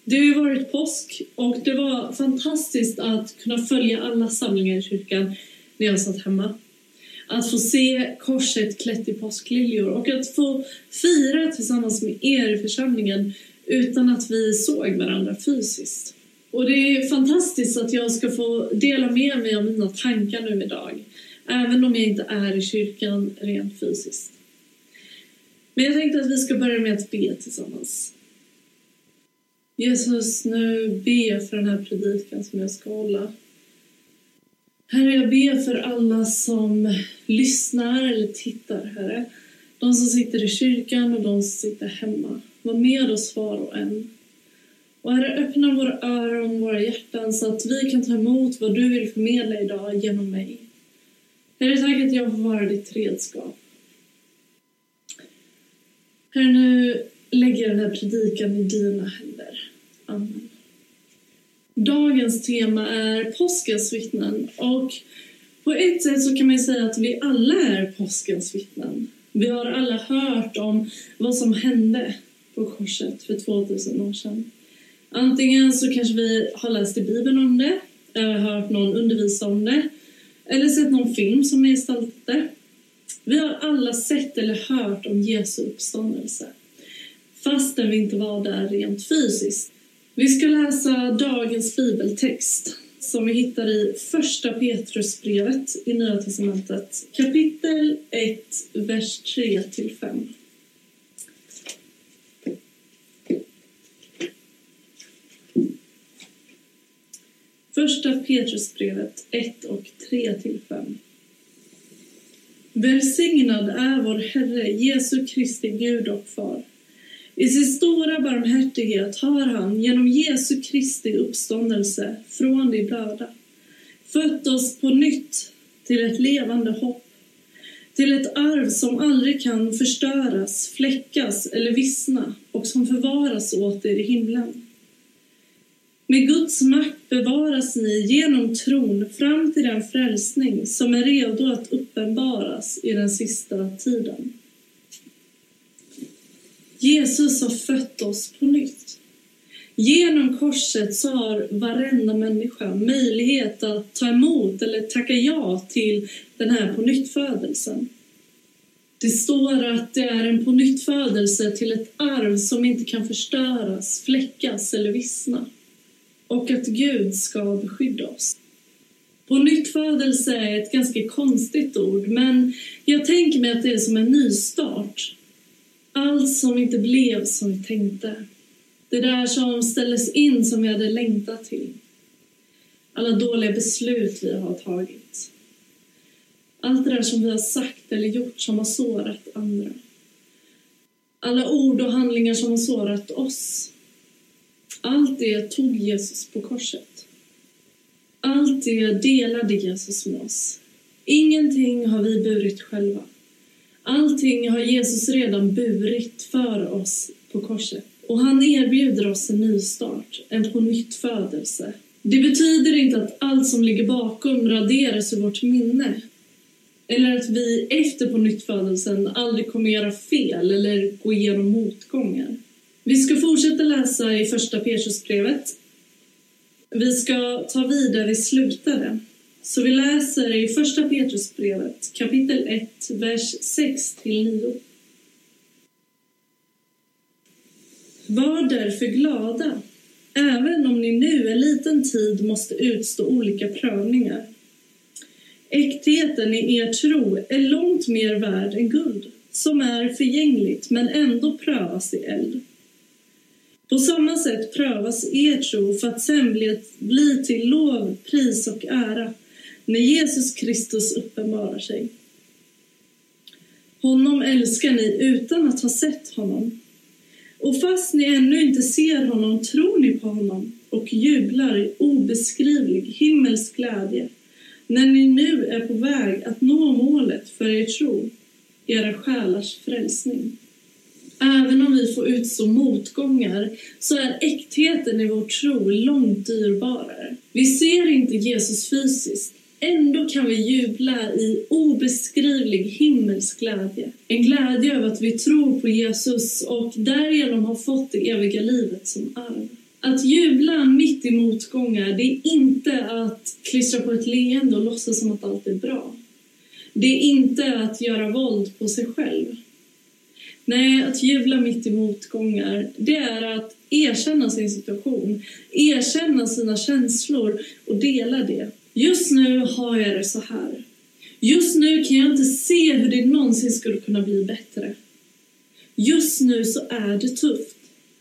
Det har ju varit påsk och det var fantastiskt att kunna följa alla samlingar i kyrkan när jag satt hemma. Att få se korset klätt i påskliljor och att få fira tillsammans med er i församlingen utan att vi såg varandra fysiskt. Och det är fantastiskt att jag ska få dela med mig av mina tankar nu idag, även om jag inte är i kyrkan rent fysiskt. Men jag tänkte att vi ska börja med att be tillsammans. Jesus, nu ber jag för den här predikan som jag ska hålla. Herre, jag ber för alla som lyssnar eller tittar, Herre. De som sitter i kyrkan och de som sitter hemma. Var med oss var och en. Och Herre, öppna våra öron och våra hjärtan så att vi kan ta emot vad du vill förmedla idag genom mig. Herre, tack att jag får vara ditt redskap. Herre, nu lägger jag den här predikan i dina händer. Amen. Dagens tema är påskens vittnen. Och på ett sätt så kan man säga att vi alla är påskens vittnen. Vi har alla hört om vad som hände på korset för 2000 år sedan. Antingen så kanske vi har läst i Bibeln om det, eller hört någon undervisa om det, eller sett någon film som är gestaltad. Vi har alla sett eller hört om Jesu uppståndelse, fastän vi inte var där rent fysiskt. Vi ska läsa dagens bibeltext som vi hittar i första Petrusbrevet i Nya testamentet, kapitel 1, vers 3-5. Första Petrusbrevet 1 och 3-5. Välsignad är vår Herre Jesu Kristi Gud och Far. I sin stora barmhärtighet har han genom Jesu Kristi uppståndelse från de döda fött oss på nytt till ett levande hopp, till ett arv som aldrig kan förstöras, fläckas eller vissna och som förvaras åt er i himlen. Med Guds makt bevaras ni genom tron fram till den frälsning som är redo att uppenbaras i den sista tiden. Jesus har fött oss på nytt. Genom korset så har varenda människa möjlighet att ta emot eller tacka ja till den här pånyttfödelsen. Det står att det är en pånyttfödelse till ett arv som inte kan förstöras, fläckas eller vissna. Och att Gud ska beskydda oss. Pånyttfödelse är ett ganska konstigt ord, men jag tänker mig att det är som en nystart. Allt som inte blev som vi tänkte. Det där som ställdes in som vi hade längtat till. Alla dåliga beslut vi har tagit. Allt det där som vi har sagt eller gjort som har sårat andra. Alla ord och handlingar som har sårat oss. Allt det tog Jesus på korset. Allt det delade Jesus med oss. Ingenting har vi burit själva. Allting har Jesus redan burit för oss på korset. Och han erbjuder oss en ny start, en pånyttfödelse. Det betyder inte att allt som ligger bakom raderas ur vårt minne. Eller att vi efter pånyttfödelsen aldrig kommer göra fel eller gå igenom motgångar. Vi ska fortsätta läsa i första Petrusbrevet. Vi ska ta vid där vi slutade. Så vi läser i första Petrusbrevet, kapitel 1, vers 6-9. Var därför glada, även om ni nu en liten tid måste utstå olika prövningar. Äktheten i er tro är långt mer värd än guld, som är förgängligt men ändå prövas i eld. På samma sätt prövas er tro för att sen bli till lov, pris och ära när Jesus Kristus uppenbarar sig. Honom älskar ni utan att ha sett honom. Och fast ni ännu inte ser honom tror ni på honom och jublar i obeskrivlig himmelsk glädje när ni nu är på väg att nå målet för er tro, era själars frälsning. Även om vi får utstå motgångar så är äktheten i vår tro långt dyrbarare. Vi ser inte Jesus fysiskt. Ändå kan vi jubla i obeskrivlig himmelsk glädje. En glädje över att vi tror på Jesus och därigenom har fått det eviga livet som arv. Att jubla mitt i motgångar, det är inte att klistra på ett leende och låtsas som att allt är bra. Det är inte att göra våld på sig själv. Nej, att jubla mitt i motgångar, det är att erkänna sin situation, erkänna sina känslor och dela det. Just nu har jag det så här. Just nu kan jag inte se hur det någonsin skulle kunna bli bättre. Just nu så är det tufft.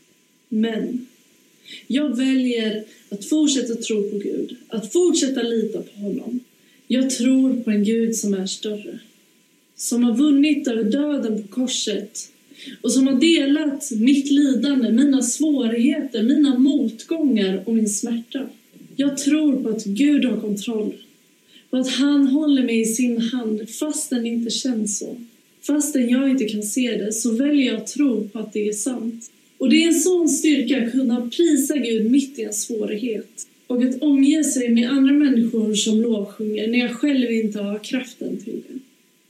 Men jag väljer att fortsätta tro på Gud, att fortsätta lita på honom. Jag tror på en Gud som är större, som har vunnit över döden på korset och som har delat mitt lidande, mina svårigheter, mina motgångar och min smärta. Jag tror på att Gud har kontroll, på att han håller mig i sin hand fastän det inte känns så. Fastän jag inte kan se det så väljer jag att tro på att det är sant. Och det är en sån styrka att kunna prisa Gud mitt i en svårighet. Och att omge sig med andra människor som lovsjunger när jag själv inte har kraften till det.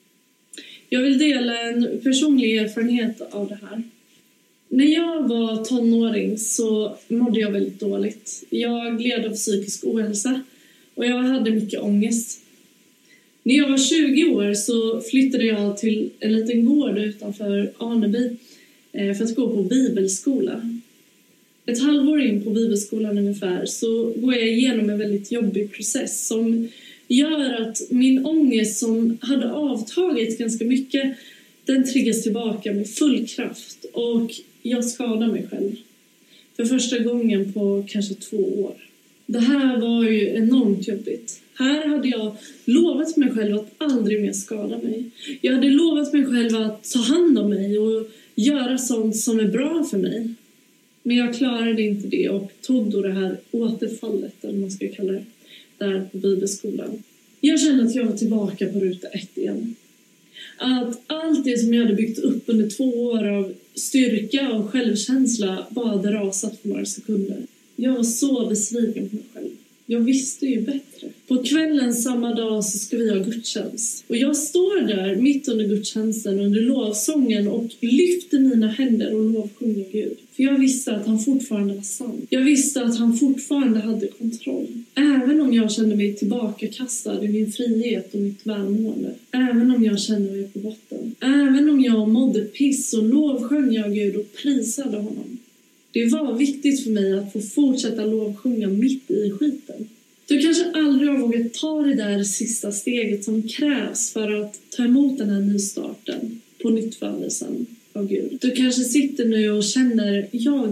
Jag vill dela en personlig erfarenhet av det här. När jag var tonåring så mådde jag väldigt dåligt. Jag led av psykisk ohälsa och jag hade mycket ångest. När jag var 20 år så flyttade jag till en liten gård utanför Aneby för att gå på bibelskola. Ett halvår in på bibelskolan ungefär så går jag igenom en väldigt jobbig process som gör att min ångest som hade avtagit ganska mycket, den triggas tillbaka med full kraft och jag skadar mig själv. För första gången på kanske 2 år. Det här var ju enormt jobbigt. Här hade jag lovat mig själv att aldrig mer skada mig. Jag hade lovat mig själv att ta hand om mig och göra sånt som är bra för mig. Men jag klarade inte det och tog då det här återfallet, eller man ska kalla det, där på bibelskolan. Jag kände att jag var tillbaka på ruta 1 igen. Att allt det som jag hade byggt upp under 2 år av styrka och självkänsla bara hade rasat för några sekunder. Jag var så besviken på mig själv. Jag visste ju bättre. På kvällen samma dag så ska vi ha gudstjänst. Och jag står där mitt under gudstjänsten under lovsången och lyfter mina händer och lovsjunger Gud. För jag visste att han fortfarande var sann. Jag visste att han fortfarande hade kontroll. Även om jag kände mig tillbakakastad i min frihet och mitt välmående. Även om jag kände mig på botten. Även om jag mådde piss och lovsjöng jag Gud och prisade honom. Det var viktigt för mig att få fortsätta lovsjunga mitt i skiten. Du kanske aldrig har vågat ta det där sista steget som krävs för att ta emot den här nystarten på nyttfödelsen av Gud. Du kanske sitter nu och känner,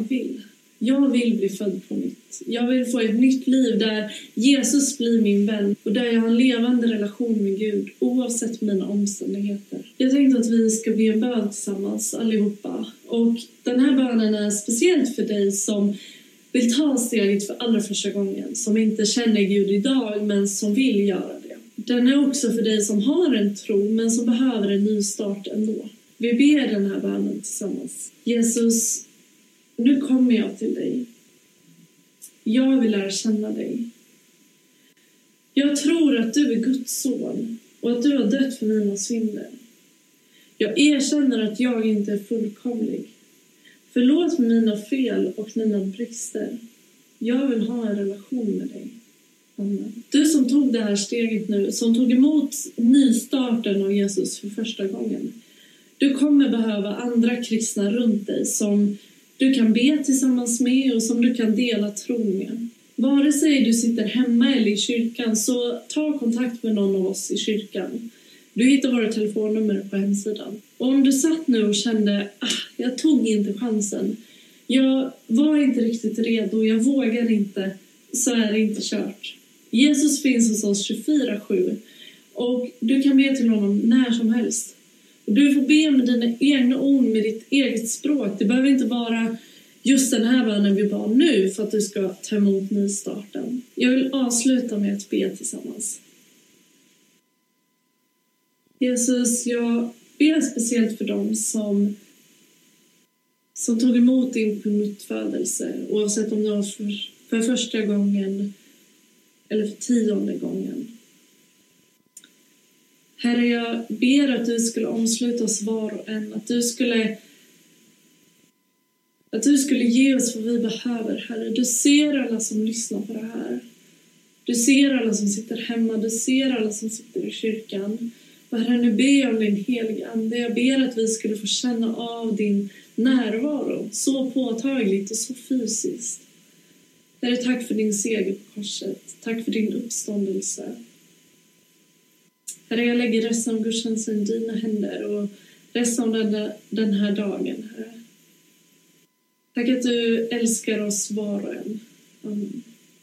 jag vill bli född på nytt. Jag vill få ett nytt liv där Jesus blir min vän och där jag har en levande relation med Gud oavsett mina omständigheter. Jag tänkte att vi ska be en bön tillsammans allihopa. Och den här bönen är speciellt för dig som vill ta steget för allra första gången. Som inte känner Gud idag men som vill göra det. Den är också för dig som har en tro men som behöver en ny start ändå. Vi ber den här bönen tillsammans. Jesus, nu kommer jag till dig. Jag vill lära känna dig. Jag tror att du är Guds son och att du har dött för mina synder. Jag erkänner att jag inte är fullkomlig. Förlåt mina fel och mina brister. Jag vill ha en relation med dig. Amen. Du som tog det här steget nu, som tog emot nystarten av Jesus för första gången. Du kommer behöva andra kristna runt dig som du kan be tillsammans med och som du kan dela tro med. Vare sig du sitter hemma eller i kyrkan så ta kontakt med någon av oss i kyrkan. Du hittar våra telefonnummer på hemsidan. Och om du satt nu och kände, jag tog inte chansen. Jag var inte riktigt redo, jag vågar inte, så är det inte kört. Jesus finns hos oss 24/7 och du kan be till honom när som helst. Och du får be med dina egna ord, med ditt eget språk. Det behöver inte vara just den här bönen vi bad nu för att du ska ta emot nystarten. Jag vill avsluta med att be tillsammans. Jesus, jag ber speciellt för dem som tog emot din nyttfödelse. Oavsett om det var för första gången eller för 10:e gången. Herre, jag ber att du skulle omsluta oss var och en. Att du skulle Att du skulle ge oss vad vi behöver, Herre. Du ser alla som lyssnar på det här. Du ser alla som sitter hemma. Du ser alla som sitter i kyrkan. Och Herre, nu ber jag om din heliga ande. Jag ber att vi skulle få känna av din närvaro så påtagligt och så fysiskt. Herre, tack för din seger på korset. Tack för din uppståndelse. Herre, jag lägger resten av gudstjänsten i dina händer och resten av den här dagen, Herre. Tack att du älskar oss var och en. Amen.